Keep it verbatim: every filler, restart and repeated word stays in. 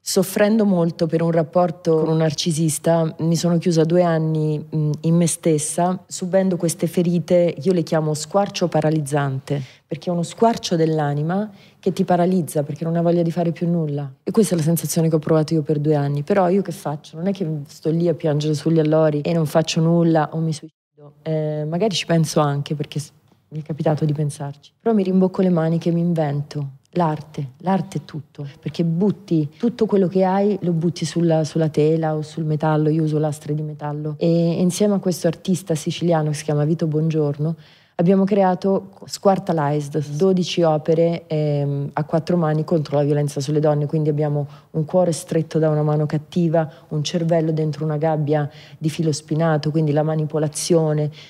Soffrendo molto per un rapporto con un narcisista, mi sono chiusa due anni in me stessa, subendo queste ferite, io le chiamo squarcio paralizzante, perché è uno squarcio dell'anima che ti paralizza perché non hai voglia di fare più nulla. E questa è la sensazione che ho provato io per due anni. Però io che faccio? Non è che sto lì a piangere sugli allori e non faccio nulla o mi suicido. Eh, magari ci penso anche, perché mi è capitato di pensarci. Però mi rimbocco le maniche e mi invento. L'arte, l'arte è tutto, perché butti tutto quello che hai, lo butti sulla, sulla tela o sul metallo. Io uso lastre di metallo e insieme a questo artista siciliano che si chiama Vito Bongiorno abbiamo creato Squartalized, dodici opere ehm, a quattro mani contro la violenza sulle donne. Quindi abbiamo un cuore stretto da una mano cattiva, un cervello dentro una gabbia di filo spinato, quindi la manipolazione,